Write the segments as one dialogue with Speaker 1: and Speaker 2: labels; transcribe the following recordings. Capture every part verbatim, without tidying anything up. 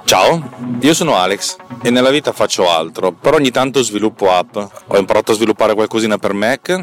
Speaker 1: Ciao, io sono Alex e nella vita faccio altro, però ogni tanto sviluppo app. Ho imparato a sviluppare qualcosina per Mac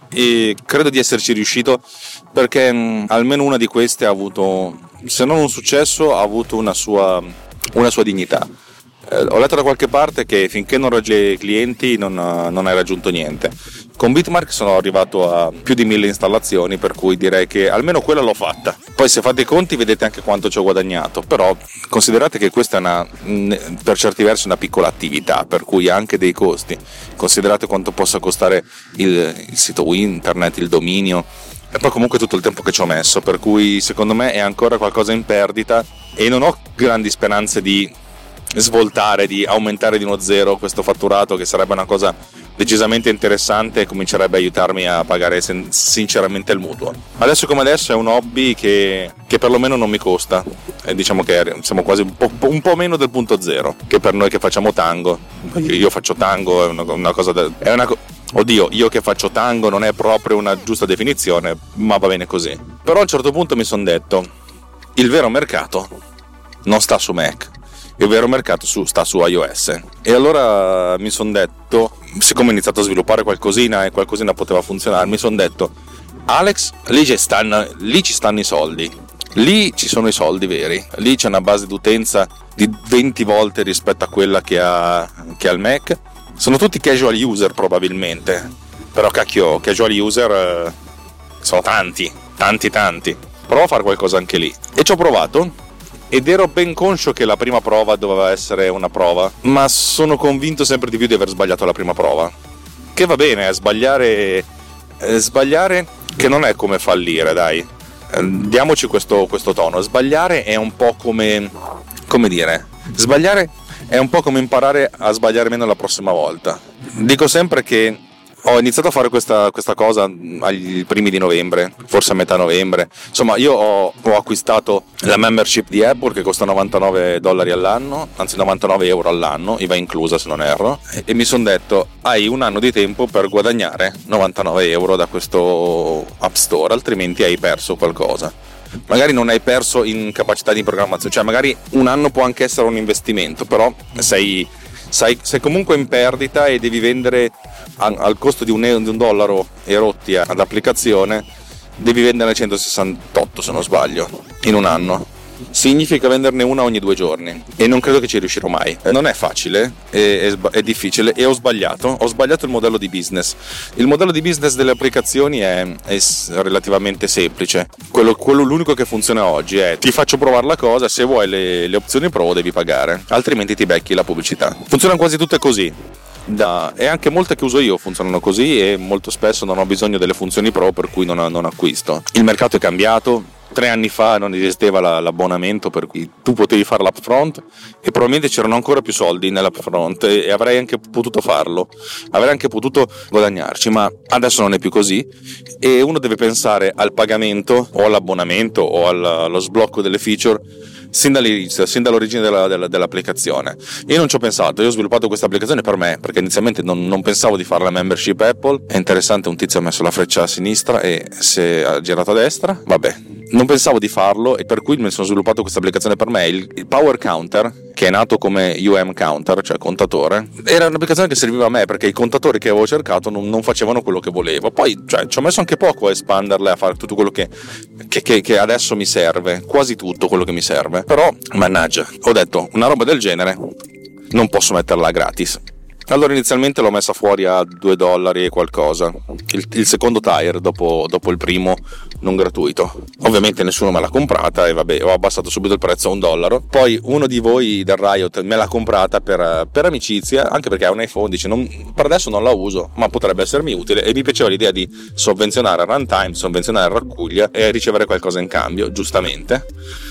Speaker 1: e credo di esserci riuscito perché mh, almeno una di queste ha avuto, se non un successo, ha avuto una sua, una sua dignità. Eh, ho letto da qualche parte che finché non raggiungi i clienti non, non hai raggiunto niente. Con Bitmark sono arrivato a più di mille installazioni, per cui direi che almeno quella l'ho fatta. Poi se fate i conti vedete anche quanto ci ho guadagnato, però considerate che questa è una, per certi versi una piccola attività, per cui ha anche dei costi. Considerate quanto possa costare il, il sito internet, il dominio, e poi comunque tutto il tempo che ci ho messo, per cui secondo me è ancora qualcosa in perdita e non ho grandi speranze di svoltare, di aumentare di uno zero questo fatturato, che sarebbe una cosa decisamente interessante e comincerebbe a aiutarmi a pagare sen- sinceramente il mutuo. Adesso come adesso è un hobby che, che perlomeno non mi costa, e diciamo che siamo quasi un po', un po' meno del punto zero, che per noi che facciamo tango, io, io faccio tango, è una, una cosa da, è una, oddio, io che faccio tango non è proprio una giusta definizione, ma va bene così. Però a un certo punto mi sono detto, il vero mercato non sta su Mac, il vero mercato su, sta su iOS, e allora mi sono detto, siccome ho iniziato a sviluppare qualcosina e qualcosina poteva funzionare, mi sono detto, Alex, lì ci stanno, lì ci stanno i soldi, lì ci sono i soldi veri, lì c'è una base d'utenza di venti volte rispetto a quella che ha, che ha il Mac. Sono tutti casual user probabilmente, però cacchio, casual user eh, sono tanti, tanti tanti. Provo a fare qualcosa anche lì, e ci ho provato. Ed ero ben conscio che la prima prova doveva essere una prova, ma sono convinto sempre di più di aver sbagliato la prima prova. Che va bene, sbagliare, eh, sbagliare che non è come fallire, dai. Eh, diamoci questo, questo tono. Sbagliare è un po' come, come dire, sbagliare è un po' come imparare a sbagliare meno la prossima volta. Dico sempre che ho iniziato a fare questa, questa cosa ai primi di novembre, forse a metà novembre. Insomma, io ho, ho acquistato la membership di Apple che costa novantanove dollari all'anno, anzi novantanove euro all'anno, I V A inclusa se non erro, e, e mi sono detto, hai un anno di tempo per guadagnare novantanove euro da questo App Store, altrimenti hai perso qualcosa. Magari non hai perso in capacità di programmazione, cioè magari un anno può anche essere un investimento, però sei... Sei, sei comunque in perdita e devi vendere a, al costo di un, di un dollaro e rotti ad applicazione, devi venderne centosessantotto se non sbaglio in un anno. Significa venderne una ogni due giorni e non credo che ci riuscirò mai. Non è facile, è, è, è difficile, e ho sbagliato ho sbagliato il modello di business. Il modello di business delle applicazioni è, è relativamente semplice. Quello, quello l'unico che funziona oggi è: ti faccio provare la cosa, se vuoi le, le opzioni pro devi pagare, altrimenti ti becchi la pubblicità. Funzionano quasi tutte così. Da, e anche molte che uso io funzionano così, e molto spesso non ho bisogno delle funzioni pro, per cui non, non acquisto. Il mercato è cambiato. Tre anni fa non esisteva la, l'abbonamento, per cui tu potevi fare l'upfront e probabilmente c'erano ancora più soldi nell'upfront, e, e avrei anche potuto farlo, avrei anche potuto guadagnarci, ma adesso non è più così, e uno deve pensare al pagamento o all'abbonamento o al, allo sblocco delle feature sin dall'inizio, sin dall'origine della, della, dell'applicazione. Io non ci ho pensato, io ho sviluppato questa applicazione per me, perché inizialmente non, non pensavo di fare la membership Apple. È interessante, un tizio ha messo la freccia a sinistra e si è girato a destra, vabbè, non pensavo di farlo, e per cui mi sono sviluppato questa applicazione per me. Il, il Power Counter, che è nato come U M Counter, cioè contatore, era un'applicazione che serviva a me, perché i contatori che avevo cercato non, non facevano quello che volevo. Poi cioè, ci ho messo anche poco a espanderle, a fare tutto quello che, che, che, che adesso mi serve, quasi tutto quello che mi serve. Però, mannaggia, ho detto, una roba del genere non posso metterla gratis. Allora inizialmente l'ho messa fuori a due dollari e qualcosa, il, il secondo tier dopo, dopo il primo non gratuito. Ovviamente nessuno me l'ha comprata, e vabbè, ho abbassato subito il prezzo a un dollaro. Poi uno di voi del Riot me l'ha comprata per, per amicizia, anche perché ha un iPhone, dice non, per adesso non la uso, ma potrebbe essermi utile, e mi piaceva l'idea di sovvenzionare il runtime, sovvenzionare il raccuglia e ricevere qualcosa in cambio, giustamente.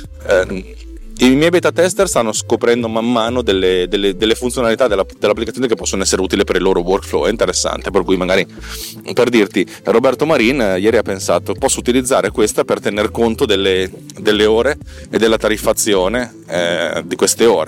Speaker 1: Eh, I miei beta tester stanno scoprendo man mano delle, delle, delle funzionalità della, dell'applicazione che possono essere utili per il loro workflow. È interessante, per cui magari, per dirti, Roberto Marin ieri ha pensato: posso utilizzare questa per tener conto delle, delle ore e della tariffazione eh, di queste ore.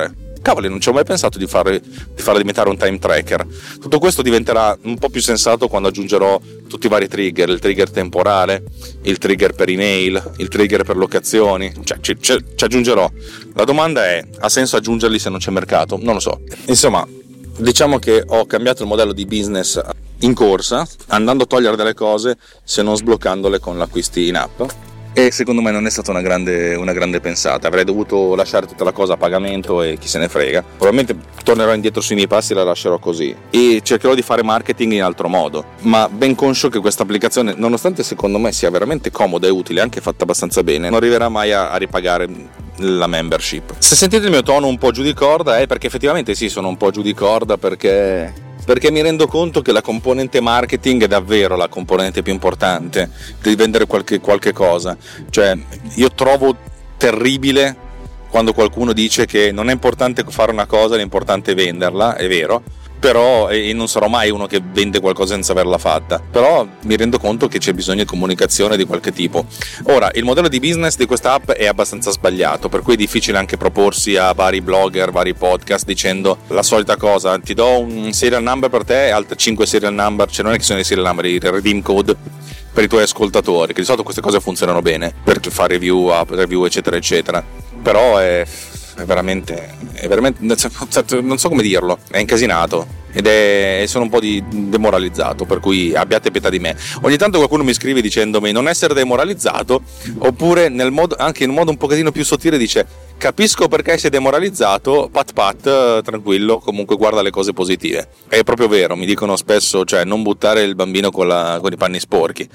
Speaker 1: cavoli, non ci ho mai pensato di fare di farla diventare un time tracker. Tutto questo diventerà un po' più sensato quando aggiungerò tutti i vari trigger, il trigger temporale, il trigger per email, il trigger per locazioni, cioè ci, ci, ci aggiungerò. La domanda è: ha senso aggiungerli se non c'è mercato? Non lo so. Insomma, diciamo che ho cambiato il modello di business in corsa, andando a togliere delle cose se non sbloccandole con l'acquisti in app, e secondo me non è stata una grande, una grande pensata. Avrei dovuto lasciare tutta la cosa a pagamento e chi se ne frega. Probabilmente tornerò indietro sui miei passi e la lascerò così e cercherò di fare marketing in altro modo, ma ben conscio che questa applicazione, nonostante secondo me sia veramente comoda e utile, anche fatta abbastanza bene, non arriverà mai a, a ripagare la membership. Se sentite il mio tono un po' giù di corda è perché effettivamente sì, sono un po' giù di corda, perché perché mi rendo conto che la componente marketing è davvero la componente più importante di vendere qualche, qualche cosa. Cioè, io trovo terribile quando qualcuno dice che non è importante fare una cosa, l'importante è venderla. È vero, però, e non sarò mai uno che vende qualcosa senza averla fatta, però mi rendo conto che c'è bisogno di comunicazione di qualche tipo. Ora, il modello di business di questa app è abbastanza sbagliato, per cui è difficile anche proporsi a vari blogger, vari podcast dicendo la solita cosa: ti do un serial number per te e altre cinque serial number, cioè non è che sono i serial number, i redeem code per i tuoi ascoltatori, che di solito queste cose funzionano bene per fare review, review eccetera eccetera, però è è veramente, è veramente, non so come dirlo, è incasinato ed è, sono un po' di demoralizzato, per cui abbiate pietà di me. Ogni tanto qualcuno mi scrive dicendomi non essere demoralizzato, oppure nel modo, anche in un modo un pochettino più sottile dice: capisco perché sei demoralizzato, pat pat, tranquillo, comunque guarda le cose positive. È proprio vero, mi dicono spesso, cioè non buttare il bambino con, la, con i panni sporchi.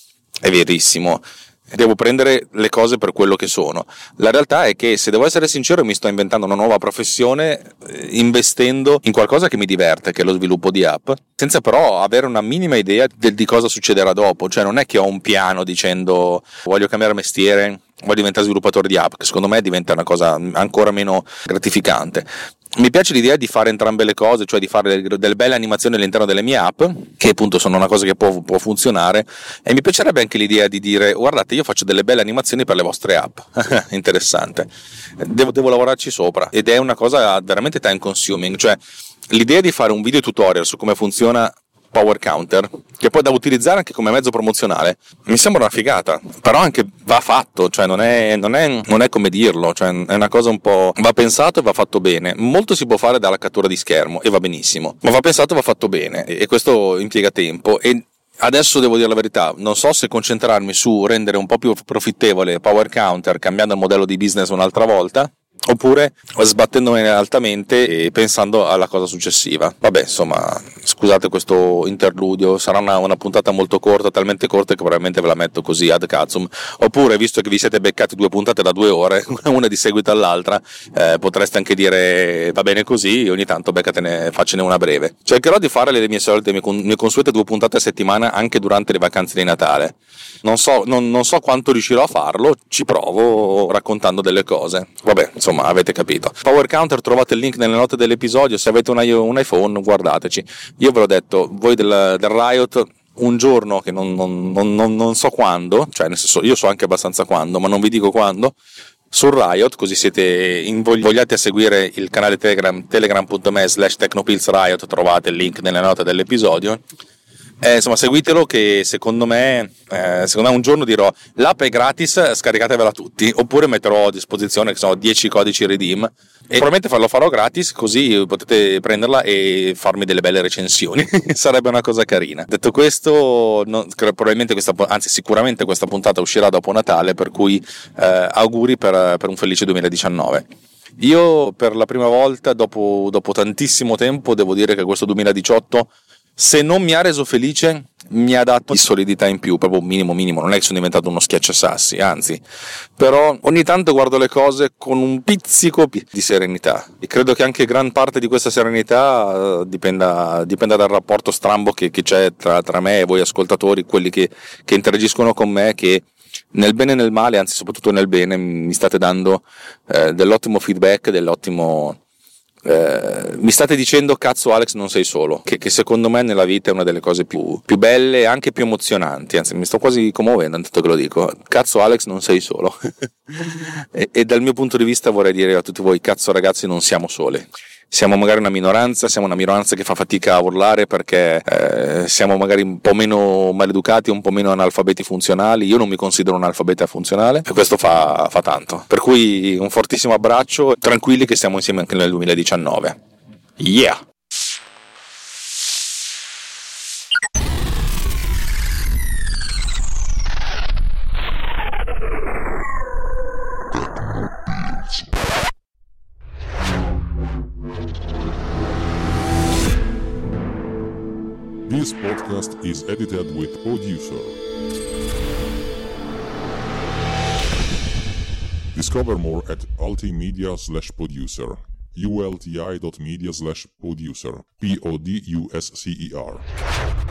Speaker 1: È verissimo. Devo prendere le cose per quello che sono. La realtà è che, se devo essere sincero, mi sto inventando una nuova professione eh, investendo in qualcosa che mi diverte, che è lo sviluppo di app, senza però avere una minima idea del, di cosa succederà dopo. Cioè non è che ho un piano dicendo voglio cambiare mestiere, voglio diventare sviluppatore di app, che secondo me diventa una cosa ancora meno gratificante. Mi piace l'idea di fare entrambe le cose, cioè di fare delle, delle belle animazioni all'interno delle mie app, che appunto sono una cosa che può, può funzionare, e mi piacerebbe anche l'idea di dire: guardate, io faccio delle belle animazioni per le vostre app. Interessante, devo, devo lavorarci sopra, ed è una cosa veramente time consuming. Cioè l'idea di fare un video tutorial su come funziona Power Counter, che poi da utilizzare anche come mezzo promozionale, mi sembra una figata, però anche va fatto, cioè non è, non è, non è come dirlo, cioè è una cosa un po', va pensato e va fatto bene. Molto si può fare dalla cattura di schermo e va benissimo, ma va pensato e va fatto bene, e questo impiega tempo. E adesso devo dire la verità, non so se concentrarmi su rendere un po' più profittevole Power Counter cambiando il modello di business un'altra volta, oppure sbattendomene altamente e pensando alla cosa successiva. Vabbè, insomma, scusate questo interludio, sarà una, una puntata molto corta, talmente corta che probabilmente ve la metto così ad cazzo. Oppure, visto che vi siete beccati due puntate da due ore, una di seguito all'altra, eh, potreste anche dire va bene così, ogni tanto beccatene, faccene una breve. Cercherò di fare le mie solite, le mie consuete due puntate a settimana anche durante le vacanze di Natale. Non so, non, non so quanto riuscirò a farlo, ci provo raccontando delle cose. Vabbè, insomma, avete capito. Power Counter, trovate il link nelle note dell'episodio. Se avete un, un iPhone, guardateci. Io ve l'ho detto, voi del, del Riot, un giorno che non, non, non, non so quando, cioè nel senso io so anche abbastanza quando, ma non vi dico quando, sul Riot, così siete invogliati a seguire il canale Telegram, telegram.me slash technopillsriot, trovate il link nelle note dell'episodio. Eh, insomma, seguitelo, che secondo me eh, secondo me un giorno dirò l'app è gratis, scaricatevela tutti, oppure metterò a disposizione che sono dieci codici redeem e probabilmente lo farò gratis, così potete prenderla e farmi delle belle recensioni. Sarebbe una cosa carina. Detto questo, non, probabilmente questa, anzi sicuramente questa puntata uscirà dopo Natale, per cui eh, auguri per, per un felice duemiladiciannove. Io per la prima volta dopo, dopo tantissimo tempo devo dire che questo duemiladiciotto, se non mi ha reso felice, mi ha dato di solidità in più, proprio un minimo minimo. Non è che sono diventato uno schiacciasassi, anzi, però ogni tanto guardo le cose con un pizzico di serenità, e credo che anche gran parte di questa serenità dipenda, dipenda dal rapporto strambo che, che c'è tra, tra me e voi ascoltatori, quelli che, che interagiscono con me, che nel bene e nel male, anzi soprattutto nel bene, mi state dando eh, dell'ottimo feedback, dell'ottimo eh, mi state dicendo cazzo Alex non sei solo, che, che secondo me nella vita è una delle cose più, più belle e anche più emozionanti, anzi mi sto quasi commuovendo tanto che lo dico, cazzo Alex non sei solo e, e dal mio punto di vista vorrei dire a tutti voi, cazzo ragazzi non siamo soli. Siamo magari una minoranza, siamo una minoranza che fa fatica a urlare perché eh, siamo magari un po' meno maleducati, un po' meno analfabeti funzionali. Io non mi considero un analfabeta funzionale e questo fa, fa tanto. Per cui un fortissimo abbraccio, tranquilli che siamo insieme anche nel duemiladiciannove. Yeah!
Speaker 2: This podcast is edited with Producer. Discover more at ultimedia slash producer. ulti dot media slash producer. P O D U S C E R.